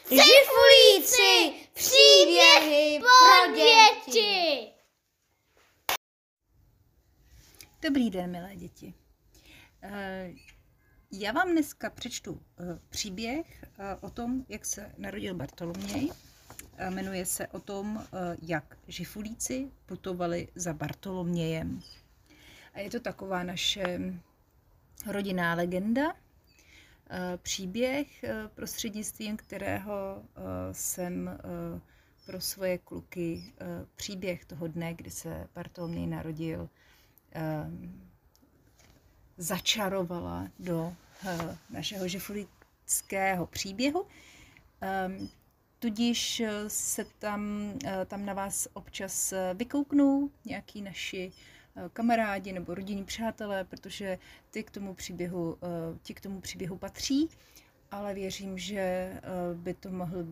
Žifulíci, příběhy pro děti. Dobrý den, milé děti. Já vám dneska přečtu příběh o tom, jak se narodil Bartoloměj. Jmenuje se o tom, jak žifulíci putovali za Bartolomějem. A je to taková naše rodinná legenda, příběh, prostřednictvím kterého jsem pro svoje kluky příběh toho dne, kdy se Bartoloměj narodil, začarovala do našeho žifulického příběhu. Tudíž se tam na vás občas vykouknou nějaký naši kamarádi nebo rodinní přátelé, protože ti k tomu příběhu patří, ale věřím, že by to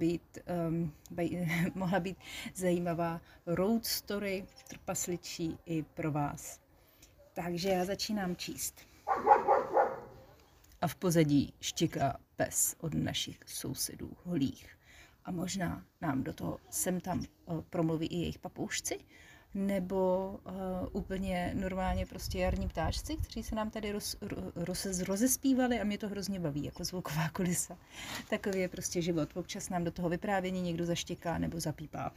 mohla být zajímavá road story, trpasličí i pro vás. Takže já začínám číst. A v pozadí štěká pes od našich sousedů holých. A možná nám do toho sem tam promluví i jejich papoušci, nebo úplně normálně prostě jarní ptáčci, kteří se nám tady rozespívali a mě to hrozně baví, jako zvuková kulisa. Takový je prostě život. Občas nám do toho vyprávění někdo zaštěká nebo zapípá.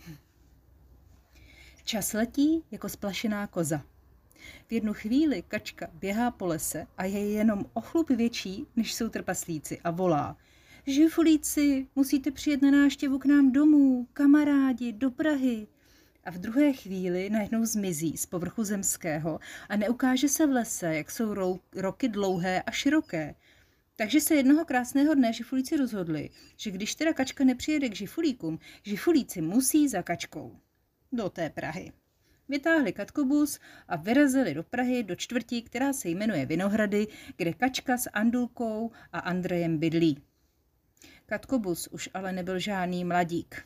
Čas letí jako splašená koza. V jednu chvíli kačka běhá po lese a je jenom o chlup větší, než jsou trpaslíci a volá: Žifulíci, musíte přijet na návštěvu k nám domů, kamarádi, do Prahy. A v druhé chvíli najednou zmizí z povrchu zemského a neukáže se v lese, jak jsou roky dlouhé a široké. Takže se jednoho krásného dne žifulíci rozhodli, že když teda kačka nepřijede k žifulíkům, žifulíci musí za kačkou. Do té Prahy. Vytáhli katkobus a vyrazili do Prahy, do čtvrti, která se jmenuje Vinohrady, kde kačka s Andulkou a Andrejem bydlí. Katkobus už ale nebyl žádný mladík.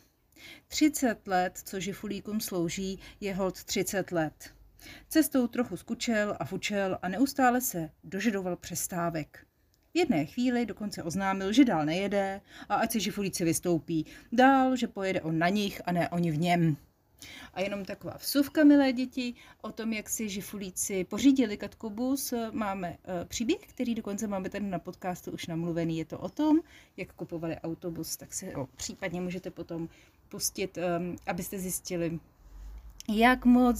30 let, co žifulíkům slouží, je holt 30 let. Cestou trochu skučel a fučel a neustále se dožadoval přestávek. V jedné chvíli dokonce oznámil, že dál nejede a ať si žifulíci vystoupí. Dál, že pojede on na nich a ne oni v něm. A jenom taková vsuvka, milé děti, o tom, jak si žifulíci pořídili katkobus. Máme příběh, který dokonce máme tady na podcastu už namluvený. Je to o tom, jak kupovali autobus, tak si případně můžete potom pustit, abyste zjistili, jak moc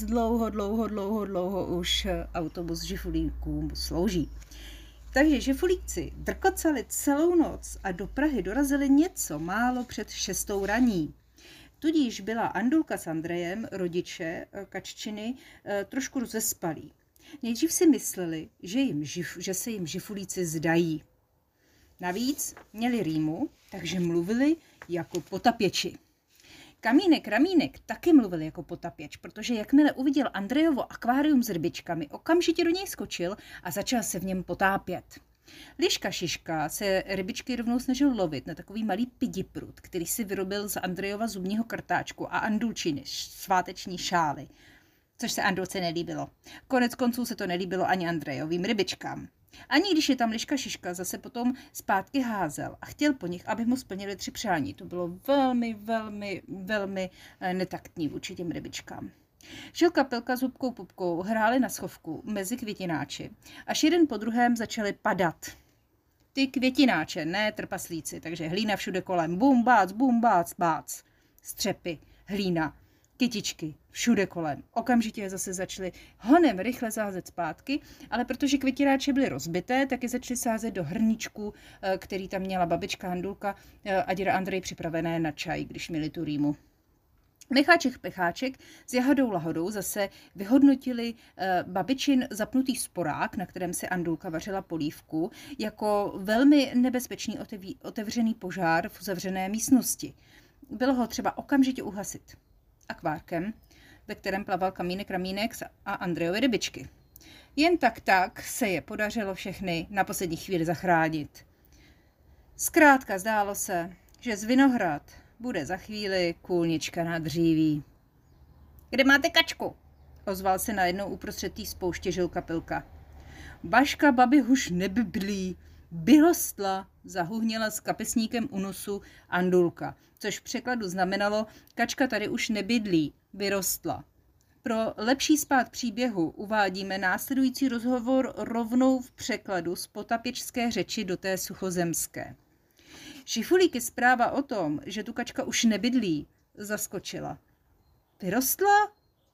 dlouho už autobus žifulíkům slouží. Takže žifulíci drkocali celou noc a do Prahy dorazili něco málo před 6 raní. Tudíž byla Andulka s Andrejem, rodiče kaččiny, trošku rozespalí. Nejdřív si mysleli, že se jim žifulíci zdají. Navíc měli rýmu, takže mluvili jako potapěči. Kamínek taky mluvil jako potapěč, protože jakmile uviděl Andrejovo akvárium s rybičkami, okamžitě do něj skočil a začal se v něm potápět. Liška Šiška se rybičky rovnou snažil lovit na takový malý pidiprut, který si vyrobil z Andrejova zubního krtáčku a Andulčiny sváteční šály, což se Andulce nelíbilo. Konec konců se to nelíbilo ani Andrejovým rybičkám. Ani když je tam Liška Šiška zase potom zpátky házel a chtěl po nich, aby mu splnili 3 přání. To bylo velmi netaktní vůči těm rybičkám. Žilka, Pilka s Hubkou Pupkou hráli na schovku mezi květináči, až jeden po druhém začali padat. Ty květináče, ne trpaslíci, takže hlína všude kolem, bum, bác, střepy, hlína, kytičky, všude kolem. Okamžitě je zase začali honem rychle sázet zpátky, ale protože květináče byly rozbité, tak je začali sázet do hrníčku, který tam měla babička Andulka a děda Andrej připravené na čaj, když měli tu rýmu. Mecháček Pecháček s Jahodou Lahodou zase vyhodnotili babičin zapnutý sporák, na kterém se Andulka vařila polívku, jako velmi nebezpečný otevřený požár v uzavřené místnosti. Bylo ho třeba okamžitě uhasit akvárkem, ve kterém plaval Kamínek a Andrejovy rybičky. Jen tak se je podařilo všechny na poslední chvíli zachránit. Zkrátka zdálo se, že z Vinohrad bude za chvíli kůlnička na dříví. Kde máte kačku? Ozval se najednou uprostřed té spouště Žilka Pilka. Baška babi už nebyblí, Vyrostla, zahuhněla s kapesníkem u nosu Andulka, což v překladu znamenalo, kačka tady už nebydlí, vyrostla. Pro lepší spád příběhu uvádíme následující rozhovor rovnou v překladu z potapěčské řeči do té suchozemské. Žifulíky zpráva o tom, že tu kačka už nebydlí, zaskočila. Vyrostla?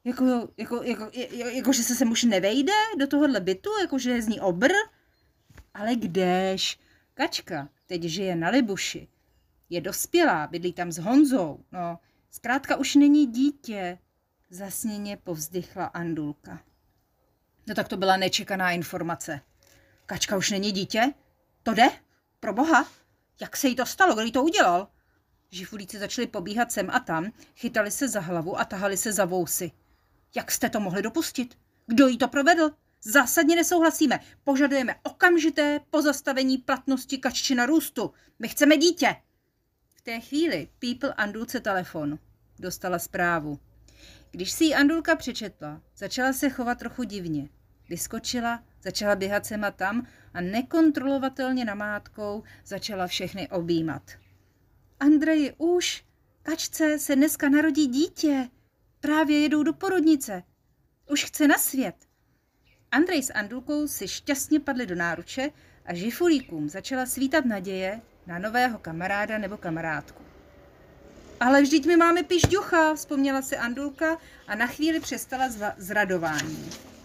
Jako že se sem už nevejde do tohohle bytu? Jako že je z ní obr? Ale kdéž? Kačka teď žije na Libuši. Je dospělá, bydlí tam s Honzou. No, zkrátka už není dítě. Zasněně povzdychla Andulka. No tak to byla nečekaná informace. Kačka už není dítě? To jde? Proboha? Jak se jí to stalo? Kdo jí to udělal? Žifulíci začali pobíhat sem a tam, chytali se za hlavu a tahali se za vousy. Jak jste to mohli dopustit? Kdo jí to provedl? Zásadně nesouhlasíme. Požadujeme okamžité pozastavení platnosti kaččina růstu. My chceme dítě. V té chvíli pípl Andulce telefon. Dostala zprávu. Když si ji Andulka přečetla, začala se chovat trochu divně. Vyskočila, začala běhat sem a tam a nekontrolovatelně namátkou začala všechny objímat. Andreji, už, kačce se dneska narodí dítě. Právě jedou do porodnice. Už chce na svět. Andrej s Andulkou si šťastně padli do náruče a žifulíkům začala svítat naděje na nového kamaráda nebo kamarádku. Ale vždyť my máme pižďucha, vzpomněla si Andulka a na chvíli přestala z radování.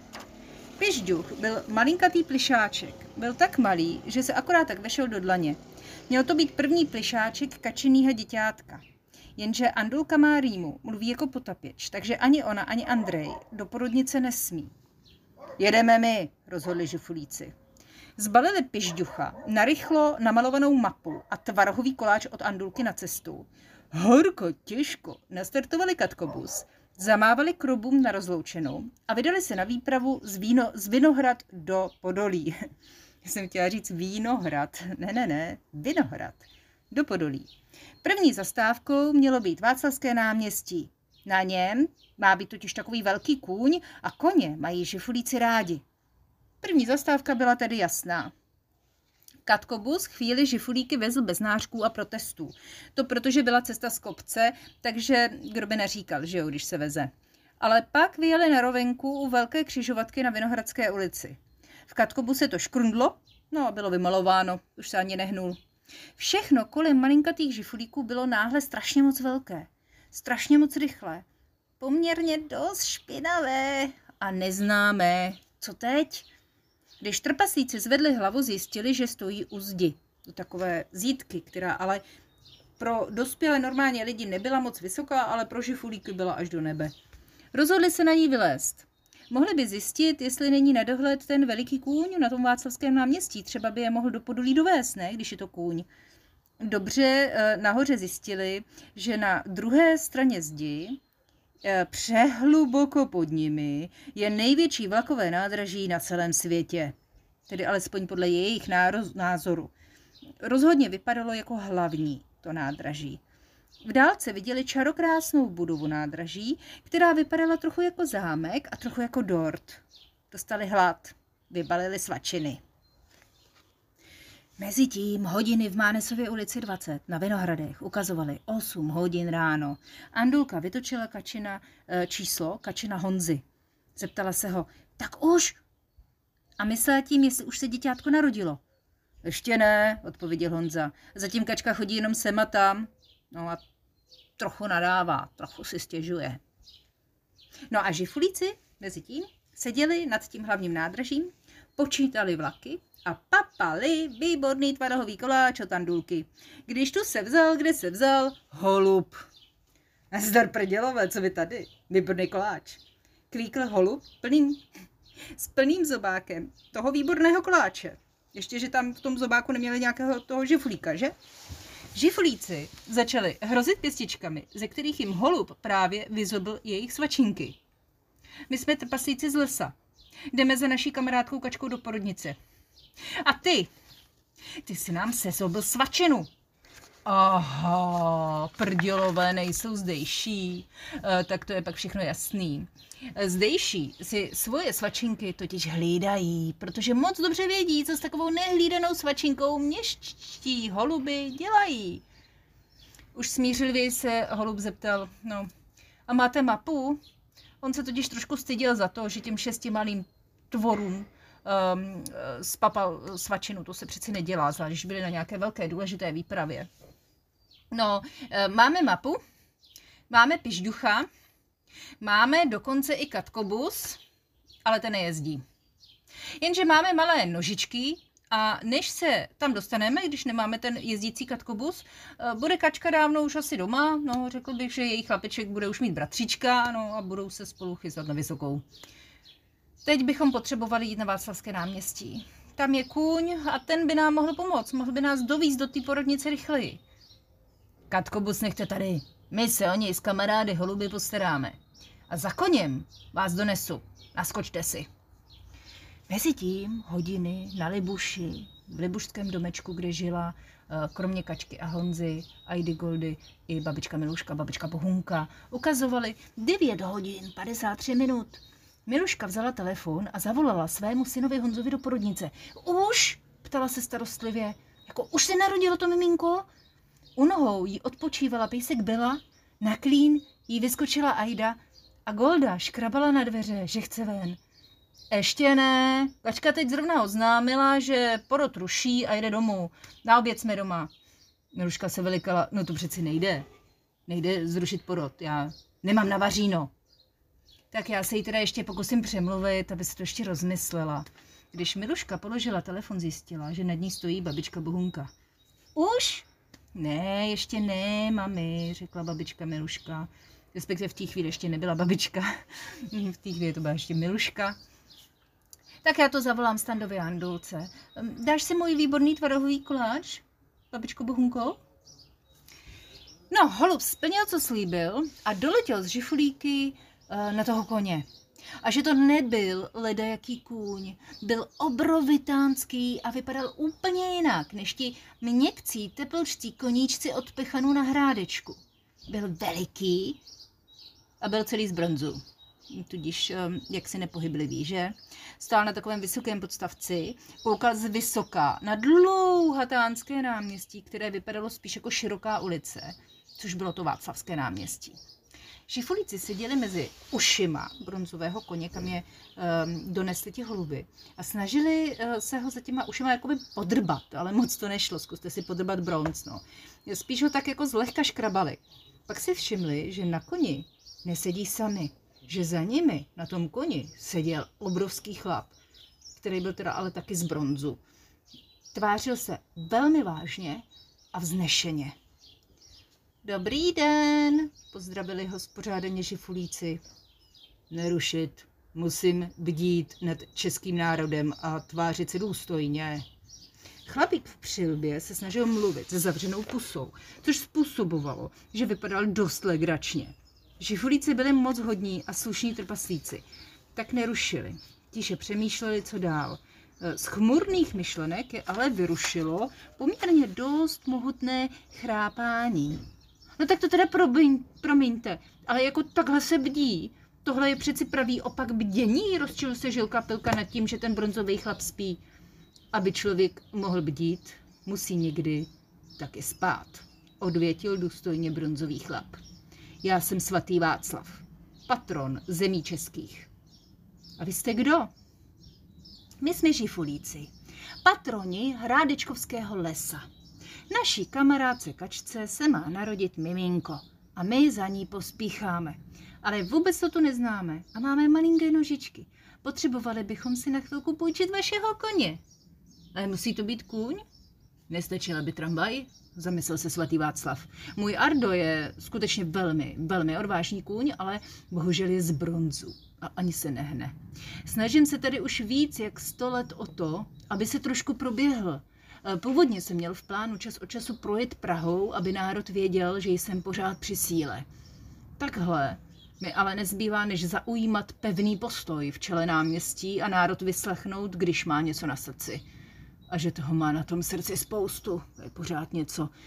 Pižďuch byl malinkatý plišáček. Byl tak malý, že se akorát tak vešel do dlaně. Měl to být první plišáček kačenýho děťátka. Jenže Andulka má rýmu, mluví jako potapěč, takže ani ona, ani Andrej do porodnice nesmí. Jedeme my, rozhodli žifulíci. Zbalili pižďucha, narychlo namalovanou mapu a tvarohový koláč od Andulky na cestu. Horko, těžko, nastartovali katkobus, zamávali krobům na rozloučenou a vydali se na výpravu z Vinohrad do Podolí. Já jsem chtěla říct Vínohrad, ne, Vinohrad, do Podolí. První zastávkou mělo být Václavské náměstí. Na něm má být totiž takový velký kůň a koně mají žifulíci rádi. První zastávka byla tedy jasná. Katkobus chvíli žifulíky vezl bez nářků a protestů. To protože byla cesta z kopce, takže kdo by neříkal, že jo, když se veze. Ale pak vyjeli na rovenku u velké křižovatky na Vinohradské ulici. V katkobuse to škrundlo, no a bylo vymalováno, už se ani nehnul. Všechno kolem malinkatých žifulíků bylo náhle strašně moc velké, strašně moc rychlé, poměrně dost špinavé a neznámé. Co teď? Když trpaslíci zvedli hlavu, zjistili, že stojí u zdi. Do takové zítky, která ale pro dospělé normálně lidi nebyla moc vysoká, ale pro žifulíky byla až do nebe. Rozhodli se na ní vylézt. Mohli by zjistit, jestli není na dohled ten veliký kůň na tom Václavském náměstí. Třeba by je mohl do Podolí dovést, ne, když je to kůň. Dobře nahoře zjistili, že na druhé straně zdi, přehluboko pod nimi, je největší vlakové nádraží na celém světě. Tedy alespoň podle jejich názoru. Rozhodně vypadalo jako hlavní to nádraží. V dálce viděli čarokrásnou budovu nádraží, která vypadala trochu jako zámek a trochu jako dort. Dostali hlad, vybalili svačiny. Mezitím hodiny v Mánesově ulici 20 na Vinohradech ukazovaly 8 hodin ráno. Andulka vytočila číslo kačina Honzy. Zeptala se ho, tak už? A myslela tím, jestli už se děťátko narodilo. Ještě ne, odpověděl Honza. Zatím kačka chodí jenom sem a tam. No a trochu nadává, trochu si stěžuje. No a žifulíci mezitím seděli nad tím hlavním nádražím, počítali vlaky a papali výborný tvarohový koláč od Andulky. Když tu se vzal, kde se vzal? Holub. Zdar prdělové, co vy tady? Výborný koláč. Kvíkl holub s plným zobákem toho výborného koláče. Ještě, že tam v tom zobáku neměli nějakého toho žifulíka, že? Žifulíci začali hrozit pěstičkami, ze kterých jim holub právě vyzobl jejich svačinky. My jsme trpaslíci z lesa. Jdeme za naší kamarádkou kačkou do porodnice. A ty si nám sezobl svačinu. Aha, prdělové nejsou zdejší, tak to je pak všechno jasný. Zdejší si svoje svačinky totiž hlídají, protože moc dobře vědí, co s takovou nehlídanou svačinkou městští holuby dělají. Už smířlivě se holub zeptal, no a máte mapu? On se totiž trošku styděl za to, že těm 6 malým tvorům spapal svačinu, to se přeci nedělá, zvlášť když byli na nějaké velké důležité výpravě. No, máme mapu, máme pižducha, máme dokonce i katkobus, ale ten nejezdí. Jenže máme malé nožičky a než se tam dostaneme, když nemáme ten jezdící katkobus, bude kačka dávno už asi doma, no řekl bych, že její chlapeček bude už mít bratříčka, no a budou se spolu chystat na vysokou. Teď bychom potřebovali jít na Václavské náměstí. Tam je kůň a ten by nám mohl pomoct, mohl by nás dovízt do té porodnice rychleji. Katkobus nechte tady, my se o něj s kamarády holuby postaráme. A za koněm vás donesu, naskočte si. Mezitím hodiny na Libuši, v libušském domečku, kde žila kromě Kačky a Honzy, Aidy Goldy i babička Miluška, babička Bohunka, ukazovali 9 hodin 53 minut. Miluška vzala telefon a zavolala svému synovi Honzovi do porodnice. Už? Ptala se starostlivě. Jako už se narodilo to miminko? U nohou jí odpočívala pejsek Bela, na klín jí vyskočila Aida a Golda škrabala na dveře, že chce ven. Ještě ne, Kačka teď zrovna oznámila, že porod ruší a jde domů. Na oběd jsme doma. Miluška se velikala, no to přeci nejde. Nejde zrušit porod, já nemám na vaříno. Tak já se jí teda ještě pokusím přemluvit, aby se to ještě rozmyslela. Když Miluška položila telefon, zjistila, že nad ní stojí babička Bohunka. Už? Ne, ještě ne, mami, řekla babička Miluška. Respektive v té chvíli ještě nebyla babička. V té chvíli to byla ještě Miluška. Tak já to zavolám Standovi Andulce. Dáš si můj výborný tvarohový koláč, babičko Bohunko? No, holub splnil, co slíbil a doletěl z žifulíky na toho koně. A že to nebyl ledajaký kůň, byl obrovitánský a vypadal úplně jinak, než ti měkcí teplčtí koníčci od Pechanu na Hrádečku. Byl veliký a byl celý z bronzu. Tudíž jaksi nepohyblivý, že? Stál na takovém vysokém podstavci, koukal z vysoka na dlouhatánské náměstí, které vypadalo spíš jako široká ulice, což bylo to Václavské náměstí. Žifulíci seděli mezi ušima bronzového koně, kam je donesli ti holuby a snažili se ho za těma ušima jakoby podrbat, ale moc to nešlo, zkuste si podrbat bronz, no. Spíš ho tak jako zlehka škrabali. Pak si všimli, že na koni nesedí sami, že za nimi na tom koni seděl obrovský chlap, který byl teda ale taky z bronzu. Tvářil se velmi vážně a vznešeně. Dobrý den, pozdravili ho spořádaně žifulíci. Nerušit, musím bdít nad českým národem a tvářit se důstojně. Chlapík v přilbě se snažil mluvit se zavřenou pusou, což způsobovalo, že vypadal dost legračně. Žifulíci byli moc hodní a slušní trpaslíci, tak nerušili. Tiše přemýšleli, co dál. Z chmurných myšlenek je ale vyrušilo poměrně dost mohutné chrápání. No tak to teda promiňte, ale jako takhle se bdí. Tohle je přeci pravý opak bdění, rozčil se Žilka Pilka nad tím, že ten bronzový chlap spí. Aby člověk mohl bdít, musí někdy taky spát, odvětil důstojně bronzový chlap. Já jsem svatý Václav, patron zemí českých. A vy jste kdo? My jsme žifulíci, patroni Hrádečkovského lesa. Naší kamarádce Kačce se má narodit miminko a my za ní pospícháme. Ale vůbec to tu neznáme a máme malinké nožičky. Potřebovali bychom si na chvilku půjčit vašeho koně. Ale musí to být kůň? Nestačila by tramvaj? Zamyslel se svatý Václav. Můj Ardo je skutečně velmi, velmi odvážný kůň, ale bohužel je z bronzu a ani se nehne. Snažím se tady už víc jak 100 let o to, aby se trošku proběhl. Původně jsem měl v plánu čas od času projet Prahou, aby národ věděl, že jsem pořád při síle. Takhle mi ale nezbývá, než zaujímat pevný postoj v čele náměstí a národ vyslechnout, když má něco na srdci. A že toho má na tom srdci spoustu, to je pořád něco.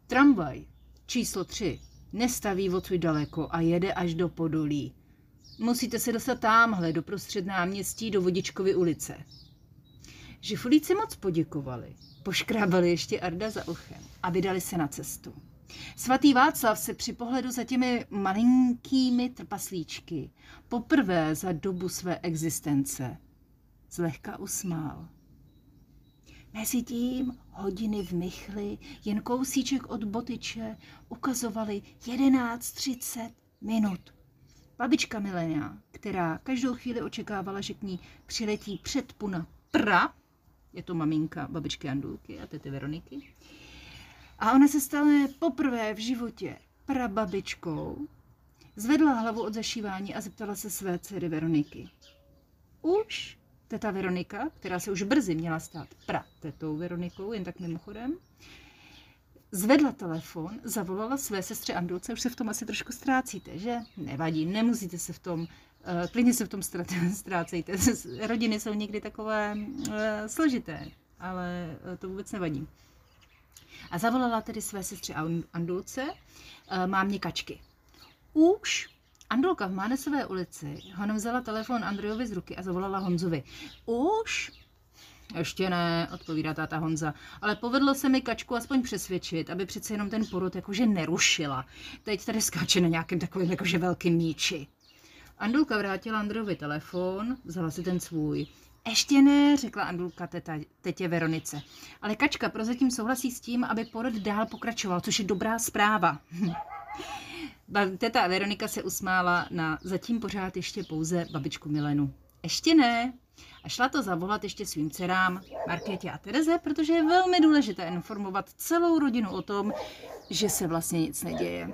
Tramvaj číslo 3 nestaví odsud daleko a jede až do Podolí. Musíte se dostat támhle do prostřed náměstí do Vodičkovy ulice. Žifulíci moc poděkovali, poškrábali ještě Arda za uchem a vydali se na cestu. Svatý Václav se při pohledu za těmi malinkými trpaslíčky poprvé za dobu své existence zlehka usmál. Mezitím hodiny v Michli, jen kousíček od Botyče, ukazovaly 11:30 minut. Babička Milena, která každou chvíli očekávala, že k ní přiletí předpuna Pra, je to maminka babičky Andulky a tety Veroniky, a ona se stane poprvé v životě prababičkou, zvedla hlavu od zašívání a zeptala se své dcery Veroniky. Už teta Veronika, která se už brzy měla stát pratetou Veronikou, jen tak mimochodem, zvedla telefon, zavolala své sestře Andulce, už se v tom asi trošku ztrácíte, že? Nevadí, nemusíte se v tom, klidně se v tom ztrácejte. Rodiny jsou někdy takové složité, ale to vůbec nevadí. A zavolala tedy své sestře Andulce, mámě Kačky. Už Andulka v Mánesové ulici honem vzala telefon Andrejovi z ruky a zavolala Honzovi. Už? Ještě ne, odpovídá táta Honza, ale povedlo se mi Kačku aspoň přesvědčit, aby přece jenom ten porod jakože nerušila. Teď tady skáče na nějakém takovém jakože velkým míči. Andulka vrátila Andrejovi telefon, vzala si ten svůj. Ještě ne, řekla Andulka tetě Veronice, ale Kačka prozatím souhlasí s tím, aby porod dál pokračoval, což je dobrá zpráva. Teta Veronika se usmála na zatím pořád ještě pouze babičku Milenu. Ještě ne. A šla to zavolat ještě svým dcerám Markétě a Tereze, protože je velmi důležité informovat celou rodinu o tom, že se vlastně nic neděje.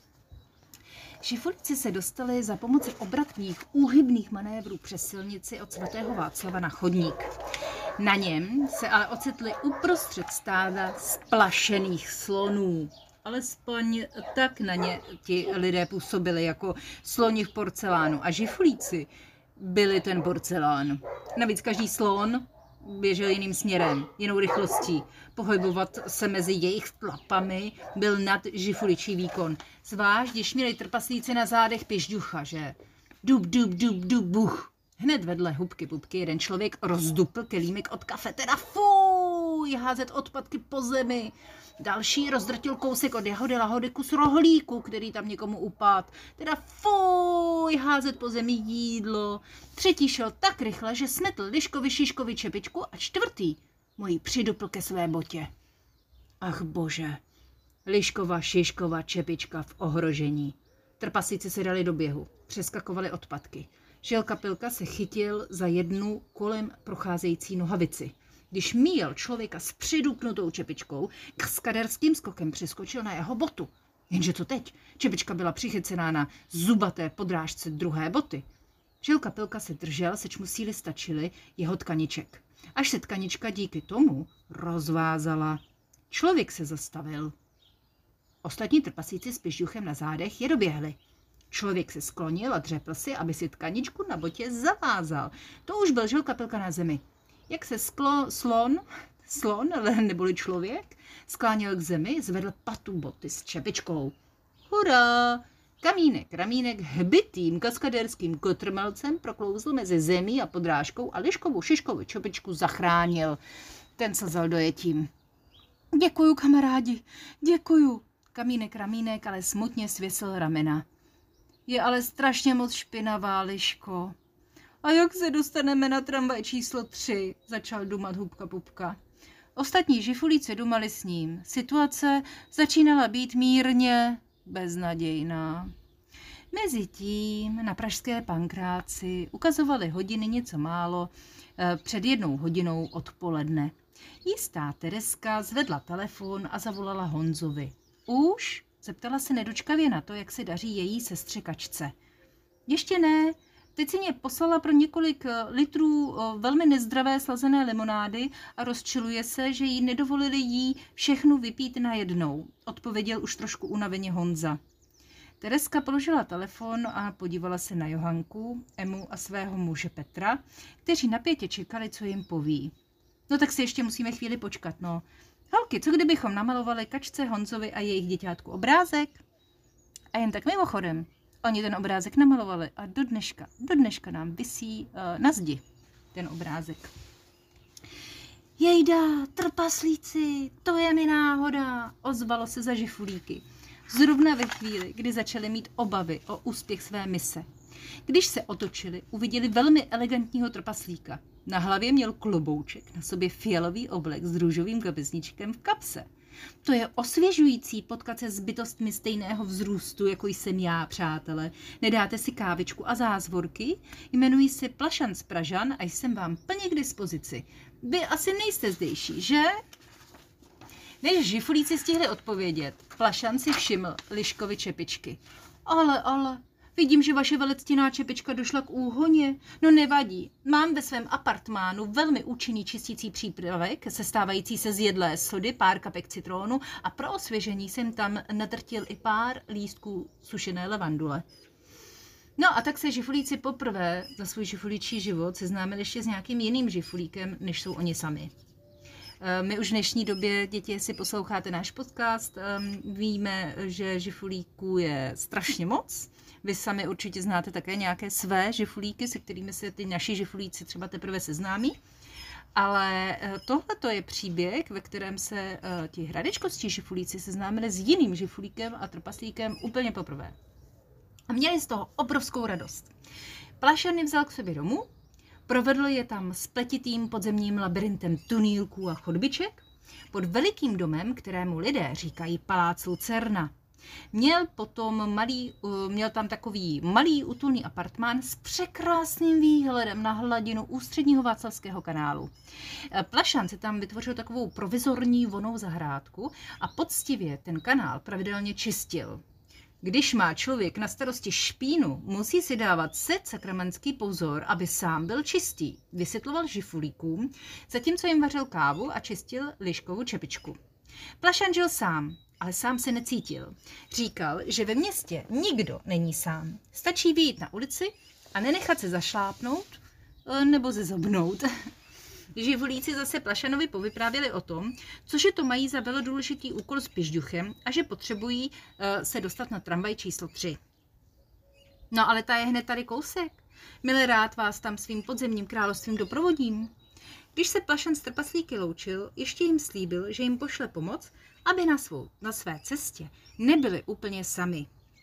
Žifulíci se dostali za pomoci obratných, úhybných manévrů přes silnici od svatého Václava na chodník. Na něm se ale ocitli uprostřed stáda splašených slonů. Alespoň tak na ně ti lidé působili jako sloni v porcelánu. A žifulíci byli ten porcelán. Navíc každý slon běžel jiným směrem, jinou rychlostí. Pohybovat se mezi jejich tlapami byl nad žifuličí výkon. Zvlášť, když měli trpaslíci na zádech pižďucha, že? Dub, dub, dub, dub, buch. Hned vedle hubky pupky jeden člověk rozdupl kelímek od kafe, teda fuj, házet odpadky po zemi. Další rozdrtil kousek od jahody lahody kus rohlíku, který tam někomu upadl. Teda fuj, házet po zemi jídlo. Třetí šel tak rychle, že smetl Liškovi Šiškovi čepičku a čtvrtý mu ji přidupl ke své botě. Ach bože, Liškova Šiškova čepička v ohrožení. Trpaslíci se dali do běhu, přeskakovali odpadky. Želka Pilka se chytil za jednu kolem procházející nohavici. Když míjel člověka s přidupnutou čepičkou, kaskaderským skokem přeskočil na jeho botu. Jenže to teď? Čepička byla přichycená na zubaté podrážce druhé boty. Želka Pilka se držel, seč mu síly stačily, jeho tkaniček. Až se tkanička díky tomu rozvázala. Člověk se zastavil. Ostatní trpaslíci s pižďuchem na zádech je doběhli. Člověk se sklonil a dřepl si, aby si tkaničku na botě zavázal. To už byl Želka Pilka na zemi. Jak se slon, neboli člověk, skláněl k zemi, zvedl patu boty s čepičkou. Hurá! Ramínek hbitým kaskadérským kotrmelcem proklouzl mezi zemí a podrážkou a Liškovu Šiškovu čepičku zachránil. Ten slzal dojetím. Děkuju, kamarádi, děkuju. Ramínek ale smutně svěsil ramena. Je ale strašně moc špinavá, Liško. A jak se dostaneme na tramvaj číslo 3, začal dumat hubka pupka. Ostatní žifulíci dumali s ním. Situace začínala být mírně beznadějná. Mezitím na pražské Pankráci ukazovali hodiny něco málo před 1 hodinou odpoledne. Jistá Tereska zvedla telefon a zavolala Honzovi. Už? Zeptala se nedočkavě na to, jak se daří její sestře Kačce. Ještě ne. Teď si mě poslala pro několik litrů velmi nezdravé slazené limonády a rozčiluje se, že jí nedovolili jí všechnu vypít najednou, odpověděl už trošku unaveně Honza. Tereska položila telefon a podívala se na Johanku, Emu a svého muže Petra, kteří napětě čekali, co jim poví. No tak si ještě musíme chvíli počkat, no. Holky, co kdybychom namalovali Kačce, Honzovi a jejich děťátku obrázek? A jen tak mimochodem, oni ten obrázek namalovali a do dneška nám visí na zdi ten obrázek. Jejda, trpaslíci, to je mi náhoda, ozvalo se za žifulíky. Zrovna ve chvíli, kdy začali mít obavy o úspěch své mise. Když se otočili, uviděli velmi elegantního trpaslíka. Na hlavě měl klobouček, na sobě fialový oblek s růžovým kapesníčkem v kapse. To je osvěžující potkat se s bytostmi stejného vzrůstu, jako jsem já, přátelé. Nedáte si kávičku a zázvorky? Jmenuji se Plašan z Pražan a jsem vám plně k dispozici. Vy asi nejste zdejší, že? Než žifulíci stihli odpovědět, Plašan si všiml Liškovi čepičky. Ale, vidím, že vaše velectěná čepička došla k úhoně. No nevadí, mám ve svém apartmánu velmi účinný čistící přípravek, sestávající se z jedlé sody, pár kapek citrónu a pro osvěžení jsem tam natrtil i pár lístků sušené levandule. No a tak se žifulíci poprvé za svůj žifulíčí život seznámili ještě s nějakým jiným žifulíkem, než jsou oni sami. My už v dnešní době, děti, jestli posloucháte náš podcast, víme, že žifulíků je strašně moc. Vy sami určitě znáte také nějaké své žifulíky, se kterými se ty naši žifulíci třeba teprve seznámí. Ale tohle je příběh, ve kterém se ti hradečkovští žifulíci seznámili s jiným žifulíkem a trpaslíkem úplně poprvé. A měli z toho obrovskou radost. Plašan je vzal k sobě domů, provedl je tam spletitým podzemním labirintem tunílků a chodbiček pod velikým domem, kterému lidé říkají Palác Lucerna. Měl tam takový malý útulný apartmán s překrásným výhledem na hladinu ústředního Václavského kanálu. Plašan si tam vytvořil takovou provizorní vonou zahrádku a poctivě ten kanál pravidelně čistil. Když má člověk na starosti špínu, musí si dávat sakramentský pozor, aby sám byl čistý, vysvětloval žifulíkům, zatímco jim vařil kávu a čistil Liškovu čepičku. Plašan žil sám, ale sám se necítil. Říkal, že ve městě nikdo není sám. Stačí vyjít na ulici a nenechat se zašlápnout nebo zezobnout. Žifulíci zase Plašanovi povyprávěli o tom, cože to mají za velodůležitý úkol s pižďuchem a že potřebují se dostat na tramvaj číslo 3. No ale ta je hned tady kousek. Milé rád vás tam svým podzemním královstvím doprovodím. Když se Plašan s trpaslíky loučil, ještě jim slíbil, že jim pošle pomoc, aby na své cestě nebyli úplně sami.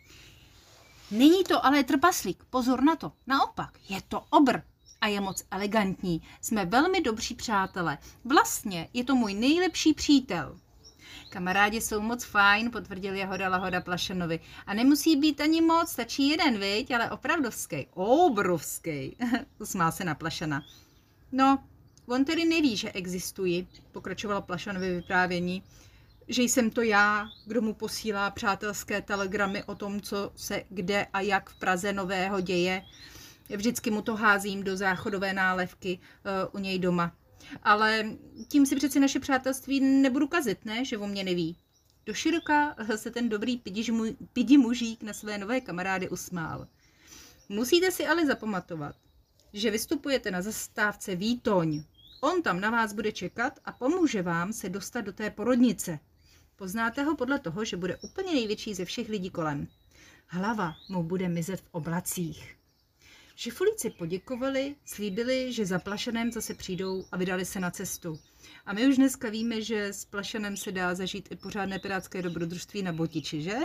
Není to ale trpaslík, pozor na to, naopak, je to obr. A je moc elegantní. Jsme velmi dobří přátelé. Vlastně je to můj nejlepší přítel. Kamarádi jsou moc fajn, potvrdil Jahoda Lahoda Plašanovi. A nemusí být ani moc, stačí jeden, viď, ale opravdovský, obrovský. Usmál se na Plašana. No, on tedy neví, že existuji, pokračovala Plašanovi vyprávění, že jsem to já, kdo mu posílá přátelské telegramy o tom, co se kde a jak v Praze nového děje. Vždycky mu to házím do záchodové nálevky u něj doma. Ale tím si přeci naše přátelství nebudu kazit, ne? Že o mě neví. Doširoka se ten dobrý pidi mužík na své nové kamarády usmál. Musíte si ale zapamatovat, že vystupujete na zastávce Výtoň. On tam na vás bude čekat a pomůže vám se dostat do té porodnice. Poznáte ho podle toho, že bude úplně největší ze všech lidí kolem. Hlava mu bude mizet v oblacích. Žifulíci poděkovali, slíbili, že za Plašanem zase přijdou a vydali se na cestu. A my už dneska víme, že s Plašanem se dá zažít i pořádné pirátské dobrodružství na botiči, že?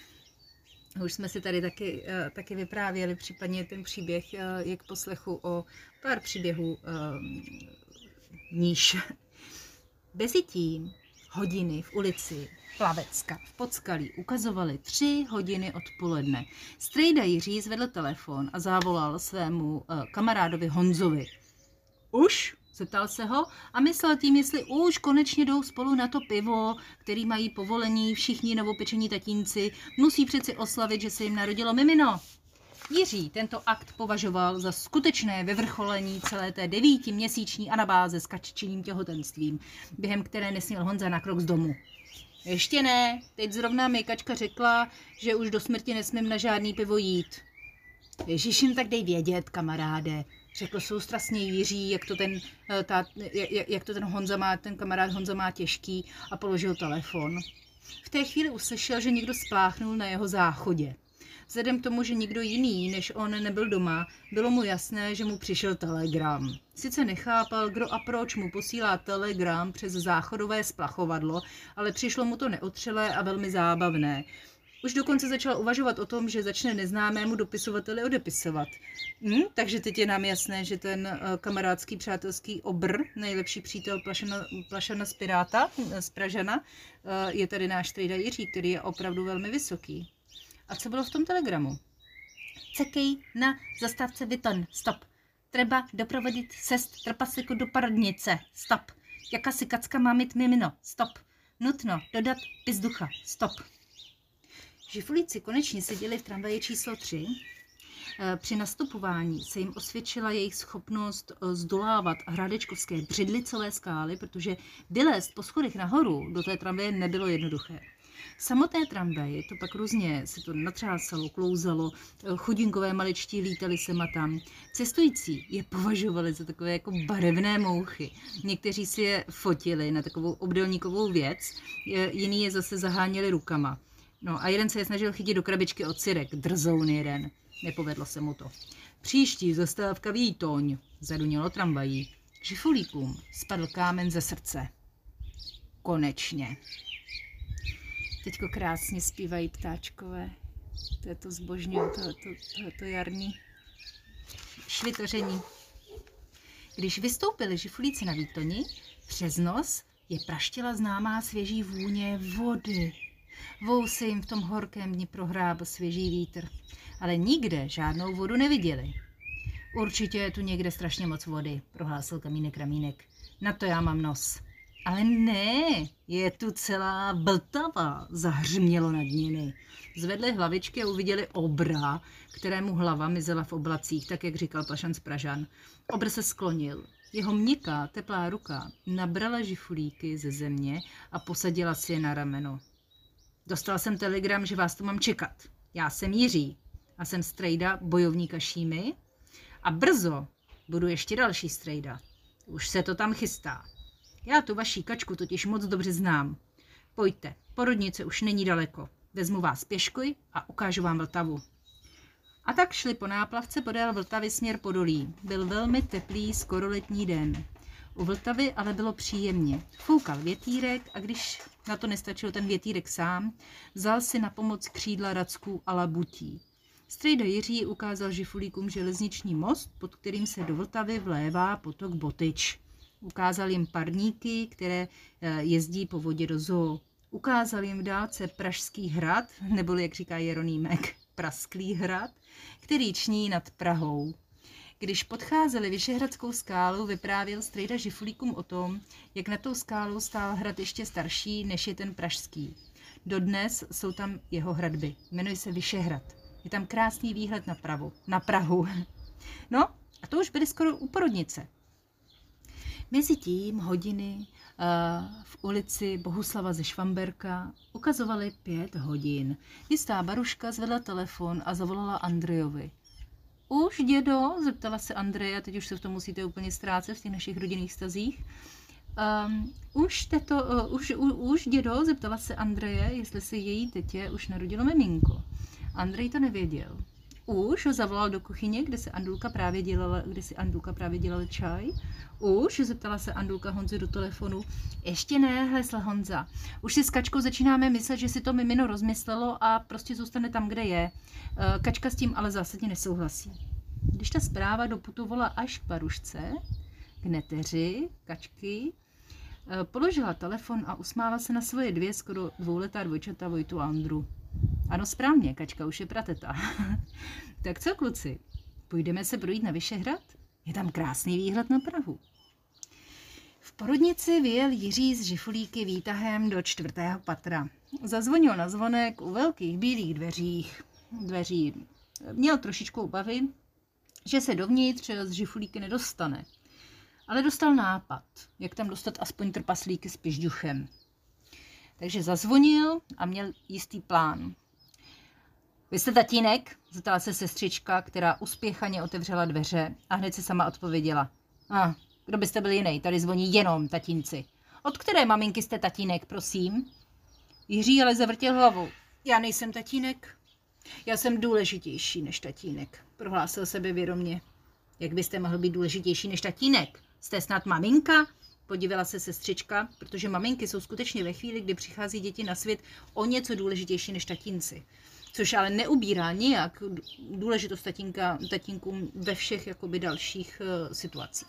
Už jsme si tady taky vyprávěli, případně ten příběh, jak poslechu o pár příběhů níž. Mezitím hodiny v ulici Plavecka v Podskalí ukazovaly 3 hodiny odpoledne. Strejda Jiří zvedl telefon a zavolal svému kamarádovi Honzovi. Už? Zeptal se ho a myslel tím, jestli už konečně jdou spolu na to pivo, který mají povolení všichni novopečení tatínci, musí přeci oslavit, že se jim narodilo mimino. Jiří tento akt považoval za skutečné vyvrcholení celé té 9měsíční anabáze s kaččiným těhotenstvím, během které nesměl Honza na krok z domu. Ještě ne, teď zrovna mi Kačka řekla, že už do smrti nesmím na žádný pivo jít. Ježišim, tak dej vědět, kamaráde, Řekl soustrasně Jiří, jak to ten Honza má, ten kamarád Honza má těžký, a položil telefon. V té chvíli uslyšel, že někdo spláchnul na jeho záchodě. Vzhledem k tomu, že nikdo jiný než on nebyl doma, bylo mu jasné, že mu přišel telegram. Sice nechápal, kdo a proč mu posílá telegram přes záchodové splachovadlo, ale přišlo mu to neotřelé a velmi zábavné. Už dokonce začal uvažovat o tom, že začne neznámému dopisovateli odepisovat. Takže teď je nám jasné, že ten kamarádský přátelský obr, nejlepší přítel Plašana z Piráta, z Pražana, je tady náš strejda Jiří, který je opravdu velmi vysoký. A co bylo v tom telegramu? Cekej na zastávce Vyton, stop. Treba doprovodit sest trpaslíku do porodnice, stop. Jakási kacka má mít mimino, stop. Nutno dodat pizducha, stop. Žifulíci konečně seděli v tramvaji číslo 3. Při nastupování se jim osvědčila jejich schopnost zdolávat hrádečkovské břidlicové skály, protože vylézt po schodech nahoru do té tramvaje nebylo jednoduché. V samotné tramvaji to pak různě se to natřásalo, klouzalo, chudinkové maličtí lítali sem a tam. Cestující je považovali za takové jako barevné mouchy. Někteří si je fotili na takovou obdélníkovou věc, jiní je zase zaháněli rukama. No a jeden se je snažil chytit do krabičky od syrek, drzoun jeden. Nepovedlo se mu to. Příští zastávka Výtoň, zadunělo tramvají. Žifulíkům spadl kámen ze srdce. Konečně. Teďko krásně zpívají ptáčkové. To je to zbožňuju, tohleto jarní švitoření. Když vystoupili žifulíci na Výtoni, přes nos je praštila známá svěží vůně vody. Vousy jim v tom horkém dni prohrábl svěží vítr, ale nikde žádnou vodu neviděli. Určitě je tu někde strašně moc vody, prohlásil Kamínek Ramínek. Na to já mám nos. Ale ne, je tu celá Vltava, zahřmělo nad nimi. Zvedli hlavičky a uviděli obra, kterému hlava mizela v oblacích, tak jak říkal Plašan z Pražan. Obr se sklonil. Jeho měkká, teplá ruka nabrala žifulíky ze země a posadila si je na rameno. Dostal jsem telegram, že vás tu mám čekat. Já jsem Jiří a jsem strejda bojovníka Šímy a brzo budu ještě další strejda. Už se to tam chystá. Já tu vaší kačku totiž moc dobře znám. Pojďte, porodnice už není daleko. Vezmu vás pěšky a ukážu vám Vltavu. A tak šli po náplavce podél Vltavy směr Podolí. Byl velmi teplý, skoro letní den. U Vltavy ale bylo příjemně. Foukal větýrek a když na to nestačil ten větýrek sám, vzal si na pomoc křídla racků a labutí. Strejda Jiří ukázal žifulíkům železniční most, pod kterým se do Vltavy vlévá potok Botyč. Ukázal jim parníky, které jezdí po vodě do zoo. Ukázal jim v dálce Pražský hrad, neboli jak říká Jeronýmek, Prasklý hrad, který ční nad Prahou. Když podcházeli Vyšehradskou skálu, vyprávěl strejda žifulíkům o tom, jak na tou skálou stál hrad ještě starší, než je ten pražský. Dodnes jsou tam jeho hradby. Jmenuje se Vyšehrad. Je tam krásný výhled na Prahu. No, a to už byly skoro u porodnice. Mezitím hodiny v ulici Bohuslava ze Švamberka ukazovaly 5 hodin. Jistá baruška zvedla telefon a zavolala Andrejovi. Už, dědo? Zeptala se Andreja, teď už se v tom musíte úplně ztrácet v těch našich rodinných vztazích. Už, dědo? Zeptala se Andreje, jestli se její tetě už narodilo miminko. Andrej to nevěděl. Už ho zavolal do kuchyně, kde si Andulka právě dělala čaj. Už, zeptala se Andulka Honzi do telefonu. Ještě ne, hlesl Honza. Už si s Kačkou začínáme myslet, že si to mimino rozmyslelo a prostě zůstane tam, kde je. Kačka s tím ale zásadně nesouhlasí. Když ta zpráva doputovala až k barušce, k neteři Kačky, položila telefon a usmála se na svoje 2 skoro 2letá dvojčata Vojtu a Andru. Ano, správně, Kačka už je prateta. Tak co, kluci, půjdeme se projít na Vyšehrad? Je tam krásný výhled na Prahu. V porodnici vyjel Jiří s žifulíky výtahem do 4. patra. Zazvonil na zvonek u velkých bílých dveří. Měl trošičku obavy, že se dovnitř z žifulíky nedostane. Ale dostal nápad, jak tam dostat aspoň trpaslíky s pižďuchem. Takže zazvonil a měl jistý plán. Vy jste tatínek? Zeptala se sestřička, která uspěchaně otevřela dveře a hned se sama odpověděla. Kdo byste byl jiný? Tady zvoní jenom tatínci. Od které maminky jste tatínek, prosím? Jiří ale zavrtěl hlavou. Já nejsem tatínek. Já jsem důležitější než tatínek, prohlásil sebevědomě. Jak byste mohl být důležitější než tatínek? Jste snad maminka? Podívala se sestřička, protože maminky jsou skutečně ve chvíli, kdy přichází děti na svět, o něco důležitější než tatínci. Což ale neubírá nijak důležitost tatínkům ve všech jakoby dalších situacích.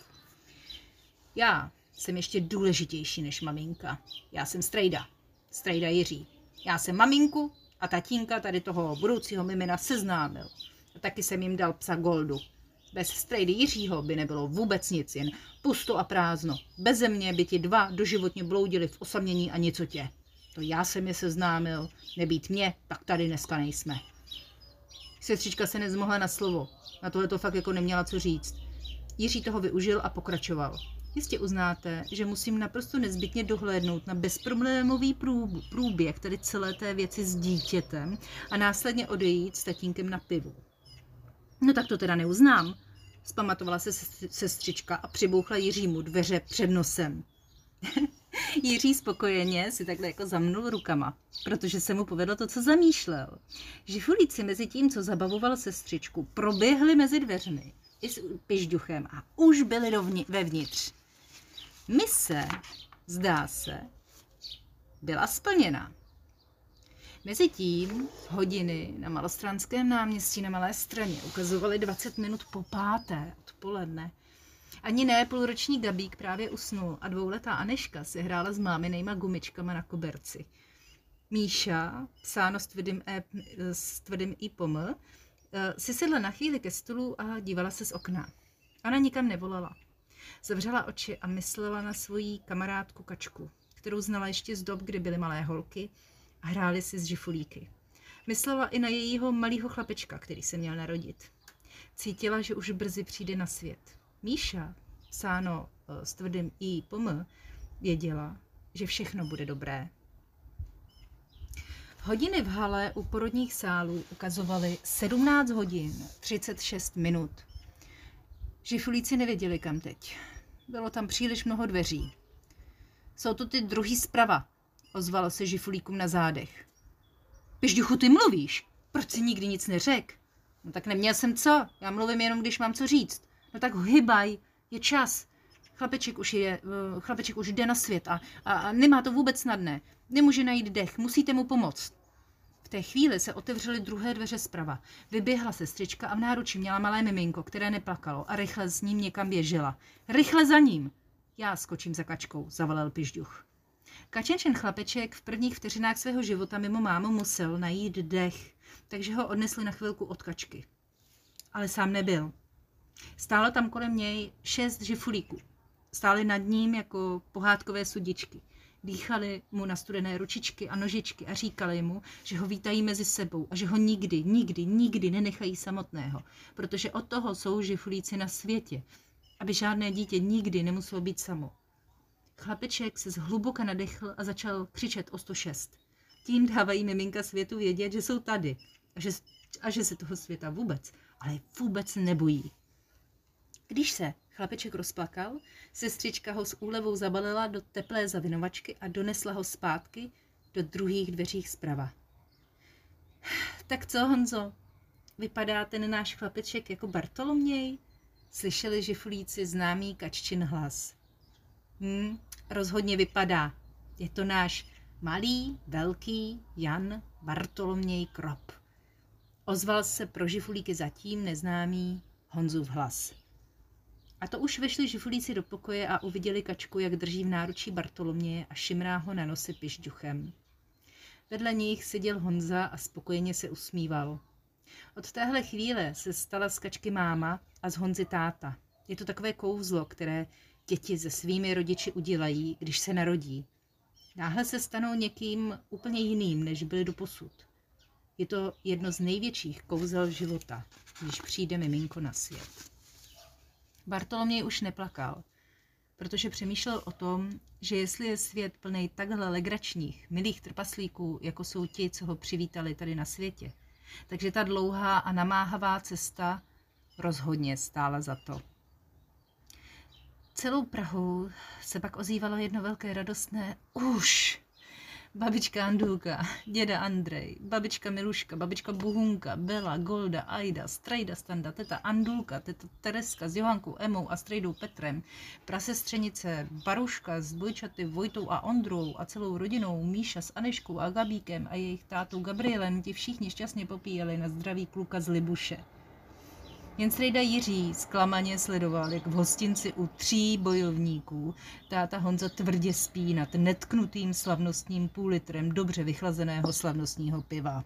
Já jsem ještě důležitější než maminka. Já jsem strejda Jiří. Já jsem maminku a tatínka tady toho budoucího mimina seznámil. A taky jsem jim dal psa Goldu. Bez strejdy Jiřího by nebylo vůbec nic, jen pusto a prázdno. Beze mě by ti dva doživotně bloudili v osamění a nicotě. To já jsem je seznámil, nebýt mě, tak tady dneska nejsme. Sestřička se nezmohla na slovo. Na tohle to fakt jako neměla co říct. Jiří toho využil a pokračoval. Jistě uznáte, že musím naprosto nezbytně dohlédnout na bezproblémový průběh tady celé té věci s dítětem a následně odejít s tatínkem na pivu. No tak to teda neuznám, zpamatovala se sestřička a přibouchla Jiřímu dveře před nosem. Jiří spokojeně si takhle jako zamnul rukama, protože se mu povedlo to, co zamýšlel. Žifulíci mezi tím, co zabavoval sestřičku, proběhli mezi dveřmi i s pižďuchem a už byli vevnitř. Mise, zdá se, byla splněna. Mezitím hodiny na Malostranském náměstí na Malé Straně ukazovaly 20 minut po 5. odpoledne. Ani ne, půlroční Gabík právě usnul a 2letá Aneška si hrála s máminejma gumičkama na koberci. Míša, psáno s tvrdým i poml, si sedla na chvíli ke stolu a dívala se z okna. Ona nikam nevolala. Zavřela oči a myslela na svoji kamarádku Kačku, kterou znala ještě z dob, kdy byly malé holky a hráli si s žifulíky. Myslela i na jejího malýho chlapečka, který se měl narodit. Cítila, že už brzy přijde na svět. Míša, psáno s tvrdým i poml, věděla, že všechno bude dobré. Hodiny v hale u porodních sálů ukazovaly 17 hodin 36 minut. Žifulíci nevěděli, kam teď. Bylo tam příliš mnoho dveří. Jsou to ty druhý zprava, ozvalo se žifulíkům na zádech. Pižďuchu, ty mluvíš? Proč jsi nikdy nic neřekl? No tak neměl jsem co, já mluvím jenom, když mám co říct. No tak hybaj, je čas. Chlapeček už jde na svět a nemá to vůbec snadné. Nemůže najít dech, musíte mu pomoct. V té chvíli se otevřely druhé dveře zprava. Vyběhla sestřička a v náruči měla malé miminko, které neplakalo a rychle s ním někam běžela. Rychle za ním! Já skočím za Kačkou, zavolal Pižďuch. Kačenčen chlapeček v prvních vteřinách svého života mimo mámu musel najít dech, takže ho odnesli na chvilku od Kačky. Ale sám nebyl. Stálo tam kolem něj 6 žifulíků. Stáli nad ním jako pohádkové sudičky. Dýchali mu na studené ručičky a nožičky a říkali mu, že ho vítají mezi sebou a že ho nikdy nenechají samotného, protože od toho jsou žifulíci na světě, aby žádné dítě nikdy nemuselo být samo. Chlapeček se zhluboka nadechl a začal křičet o 106. Tím dávají miminka světu vědět, že jsou tady a že se toho světa vůbec nebojí. Když se chlapeček rozplakal, sestřička ho s úlevou zabalila do teplé zavinovačky a donesla ho zpátky do druhých dveří zprava. Tak co, Honzo, vypadá ten náš chlapeček jako Bartoloměj? Slyšeli žifulíci známý Kaččin hlas. Rozhodně vypadá. Je to náš malý, velký Jan Bartoloměj Krop. Ozval se pro žifulíky zatím neznámý Honzův hlas. A to už vešli žifulíci do pokoje a uviděli Kačku, jak drží v náručí Bartoloměje a šimrá ho na nose pižďuchem. Vedle nich seděl Honza a spokojeně se usmíval. Od téhle chvíle se stala z Kačky máma a z Honzy táta. Je to takové kouzlo, které děti se svými rodiči udělají, když se narodí. Náhle se stanou někým úplně jiným, než byli doposud. Je to jedno z největších kouzel života, když přijde miminko na svět. Bartoloměj už neplakal, protože přemýšlel o tom, že jestli je svět plný takhle legračních, milých trpaslíků, jako jsou ti, co ho přivítali tady na světě, Takže ta dlouhá a namáhavá cesta rozhodně stála za to. Celou Prahu se pak ozývalo jedno velké radostné už. Babička Andulka, děda Andrej, babička Miluška, babička Buhunka, Bela, Golda, Aida, Strejda Standa, teta Andulka, teta Tereska s Johankou, Emou a Strejdou Petrem, prasestřenice Baruška s dvojčaty Vojtou a Ondrou a celou rodinou, Míša s Aneškou a Gabíkem a jejich tátou Gabrielem, ti všichni šťastně popíjeli na zdraví kluka z Libuše. Jen strejda Jiří zklamaně sledoval, jak v hostinci u 3 bojovníků táta Honza tvrdě spí nad netknutým slavnostním půl-litrem dobře vychlazeného slavnostního piva.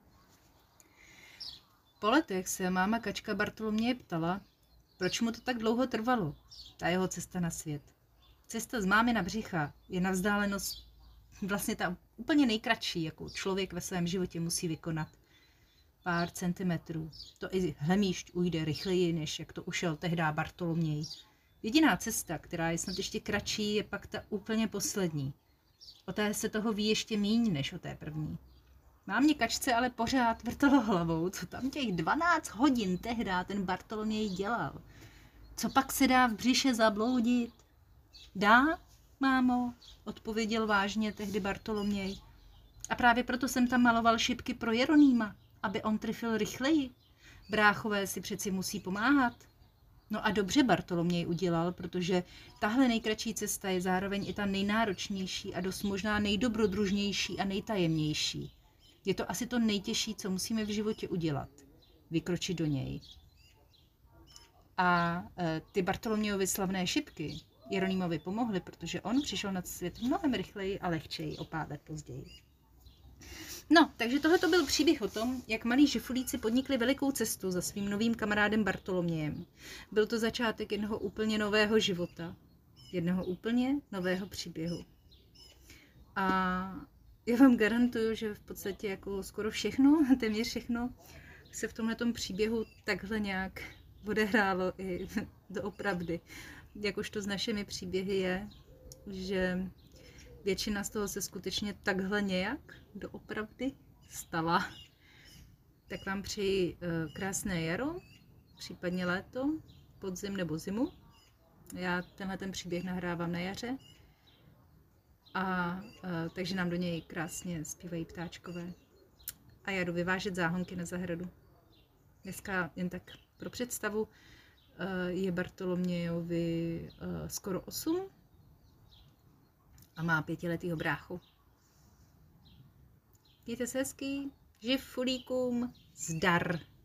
Po letech se máma kačka Bartoloměje ptala, proč mu to tak dlouho trvalo, ta jeho cesta na svět. Cesta z mámina břicha je na vzdálenost vlastně ta úplně nejkratší, jakou člověk ve svém životě musí vykonat. Pár centimetrů. To i hlemíšť ujde rychleji, než jak to ušel tehdy Bartoloměj. Jediná cesta, která je snad ještě kratší, je pak ta úplně poslední. O té se toho ví ještě míň, než o té první. Mámě kačce ale pořád vrtalo hlavou, co tam těch 12 hodin tehdy ten Bartoloměj dělal. Co pak se dá v břiše zabloudit? Dá, mámo, odpověděl vážně tehdy Bartoloměj. A právě proto jsem tam maloval šipky pro Jeronýma, aby on trefil rychleji. Bráchové si přeci musí pomáhat. No a dobře Bartoloměj udělal, protože tahle nejkratší cesta je zároveň i ta nejnáročnější a dost možná nejdobrodružnější a nejtajemnější. Je to asi to nejtěžší, co musíme v životě udělat. Vykročit do něj. A ty Bartolomějovy slavné šipky Jeronýmovi pomohly, protože on přišel na svět mnohem rychleji a lehčeji o pár let později. No, takže tohle to byl příběh o tom, jak malí žifulíci podnikli velikou cestu za svým novým kamarádem Bartolomějem. Byl to začátek jednoho úplně nového života, jednoho úplně nového příběhu. A já vám garantuju, že v podstatě jako skoro všechno, téměř všechno, se v tomhletom příběhu takhle nějak odehrálo i doopravdy. Jak to s našimi příběhy je, že většina z toho se skutečně takhle nějak doopravdy stala. Tak vám přeji krásné jaro, případně léto, podzim nebo zimu. Já tenhle ten příběh nahrávám na jaře. Takže nám do něj krásně zpívají ptáčkové. A já jdu vyvážet záhonky na zahradu. Dneska jen tak pro představu je Bartolomějovi skoro 8 a má 5letýho bráchu. Mějte se hezky, žifulíkům zdar.